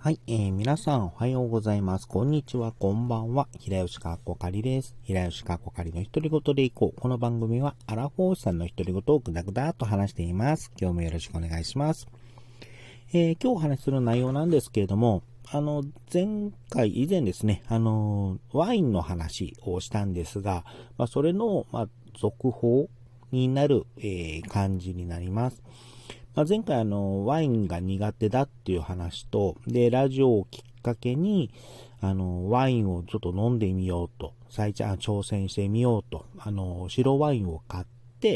はい、皆さんおはようございます。こんにちは、こんばんは。平吉かっこかりです。平吉かっこかりの独り言でいこう。この番組はアラフォーさんの独り言をぐだぐだと話しています。今日もよろしくお願いします。今日お話しする内容なんですけれども、以前ですね、ワインの話をしたんですが、それの、続報になる、感じになります。前回ワインが苦手だっていう話と、で、ラジオをきっかけに、ワインをちょっと飲んでみようと、挑戦してみようと、白ワインを買って、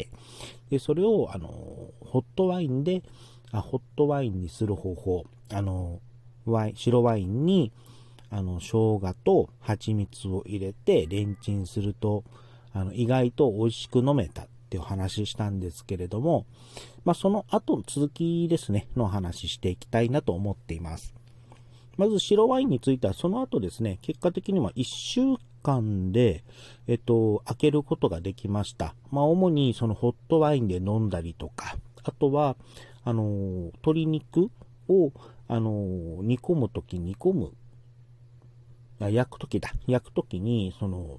で、それを、ホットワインにする方法、白ワインに、生姜と蜂蜜を入れてレンチンすると、意外と美味しく飲めたっていう話したんですけれども、その後、続きですね、の話していきたいなと思っています。まず白ワインについては、その後ですね、結果的には1週間で、開けることができました。主にそのホットワインで飲んだりとか、あとは、鶏肉を、焼くときに、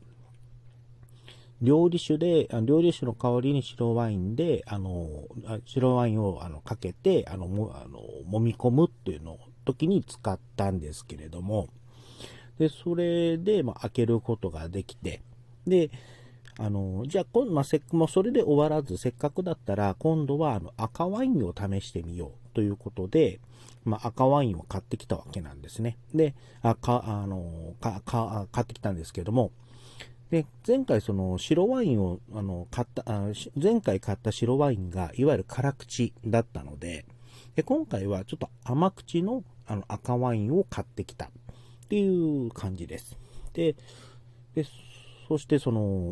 料理酒の代わりに白ワインで、白ワインをかけて、揉み込むっていうの時に使ったんですけれども、で、それで、開けることができて、で、じゃあ、もうそれで終わらず、せっかくだったら、今度は、赤ワインを試してみようということで、赤ワインを買ってきたわけなんですね。で、買ってきたんですけれども、で、前回その白ワインを前回買った白ワインがいわゆる辛口だったので、今回はちょっと甘口の赤ワインを買ってきたっていう感じです。で、そしてその、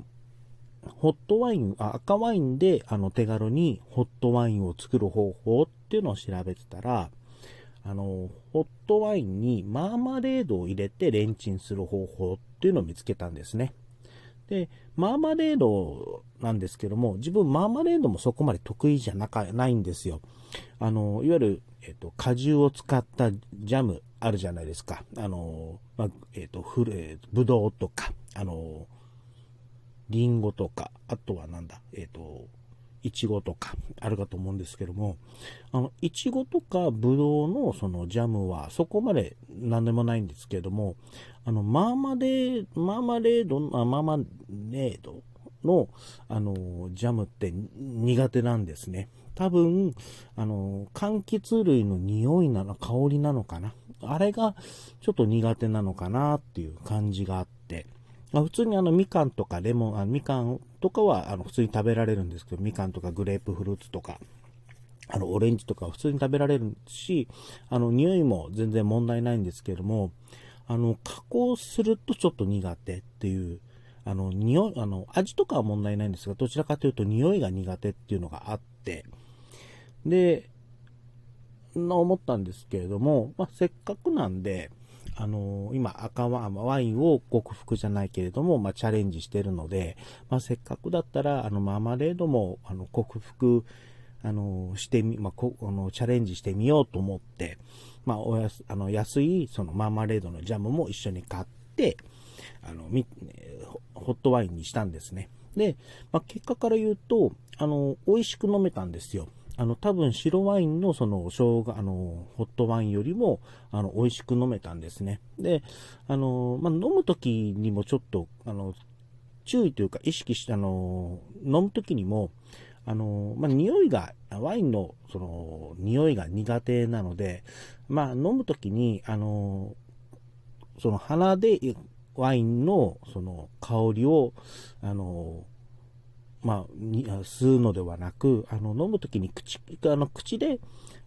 赤ワインで手軽にホットワインを作る方法っていうのを調べてたら、ホットワインにマーマレードを入れてレンチンする方法っていうのを見つけたんですね。で、マーマレードなんですけども、自分マーマレードもそこまで得意じゃないんですよ。いわゆる、果汁を使ったジャムあるじゃないですか。ぶどうとか、リンゴとか、あとはいちごとかあるかと思うんですけども、いちごとかぶどうのそのジャムはそこまで何でもないんですけども、マーマレードの、ジャムって苦手なんですね。多分、柑橘類の香りなのかな。あれがちょっと苦手なのかなっていう感じがあって、普通にみかんとかみかんとかは普通に食べられるんですけど、みかんとかグレープフルーツとか、オレンジとかは普通に食べられるし、匂いも全然問題ないんですけれども、加工するとちょっと苦手っていう、味とかは問題ないんですが、どちらかというと匂いが苦手っていうのがあって、で、思ったんですけれども、せっかくなんで、今ワインを克服じゃないけれども、チャレンジしてるので、せっかくだったら、マーマレードも、克服、してみ、チャレンジしてみようと思って、安い、そのマーマレードのジャムも一緒に買って、ホットワインにしたんですね。で、結果から言うと、美味しく飲めたんですよ。多分白ワインのそのホットワインよりも、美味しく飲めたんですね。で、飲む時にもちょっと、注意というか意識して、飲む時にも、ワインの、匂いが苦手なので、飲む時に、鼻でワインの、香りを、吸うのではなく、飲むときに口で、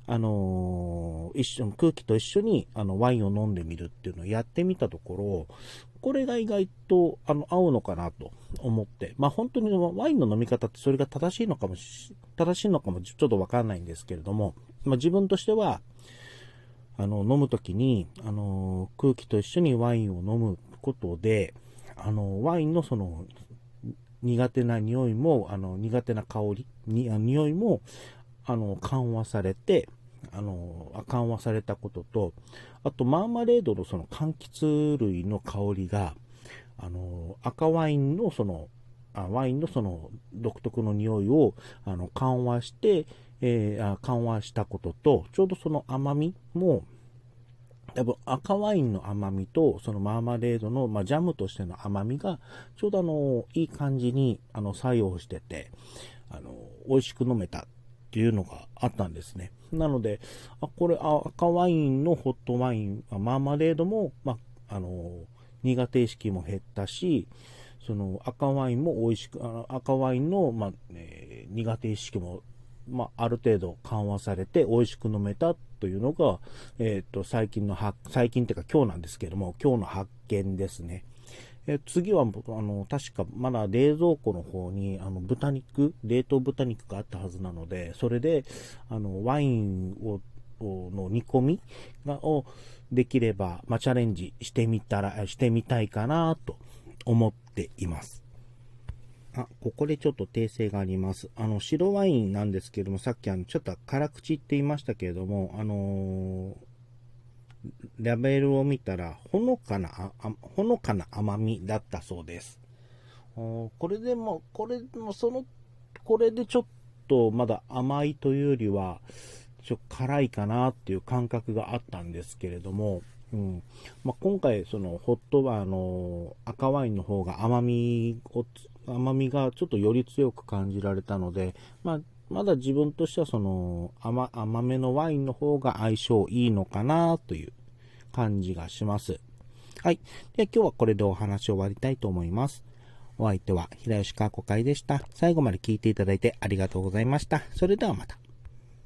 空気と一緒に、ワインを飲んでみるっていうのをやってみたところ、これが意外と、合うのかなと思って、本当にワインの飲み方ってそれが正しいのかもちょっとわかんないんですけれども、自分としては、飲むときに、空気と一緒にワインを飲むことで、ワインの苦手な匂いも、苦手な香り、匂いも、緩和されて、 緩和されたことと、あとマーマレードのその柑橘類の香りが、赤ワインのワインのその独特の匂いを緩和して、緩和したことと、ちょうどその甘みも、多分赤ワインの甘みとそのマーマレードの、ジャムとしての甘みがちょうどいい感じに作用してて、美味しく飲めたっていうのがあったんですね。なので、これ赤ワインのホットワイン、マーマレードも、苦手意識も減ったし、その赤ワインも美味しく、赤ワインの、苦手意識も、ある程度緩和されて美味しく飲めたというのが、最近っていうか今日なんですけども、今日の発見ですね。次は、確かまだ冷蔵庫の方に、冷凍豚肉があったはずなので、それで、ワインの煮込みをできれば、チャレンジしてみたいかなと思っています。ここでちょっと訂正があります。白ワインなんですけども、さっきちょっと辛口って言いましたけれども、ラベルを見たら、ほのかな甘みだったそうです。これでちょっとまだ甘いというよりは、ちょっと辛いかなっていう感覚があったんですけれども、今回そのホットは赤ワインの方が甘みがちょっとより強く感じられたので、まだ自分としてはその甘めのワインの方が相性いいのかなという感じがします。はい。では今日はこれでお話を終わりたいと思います。お相手は平吉川子会でした。最後まで聞いていただいてありがとうございました。それではまた。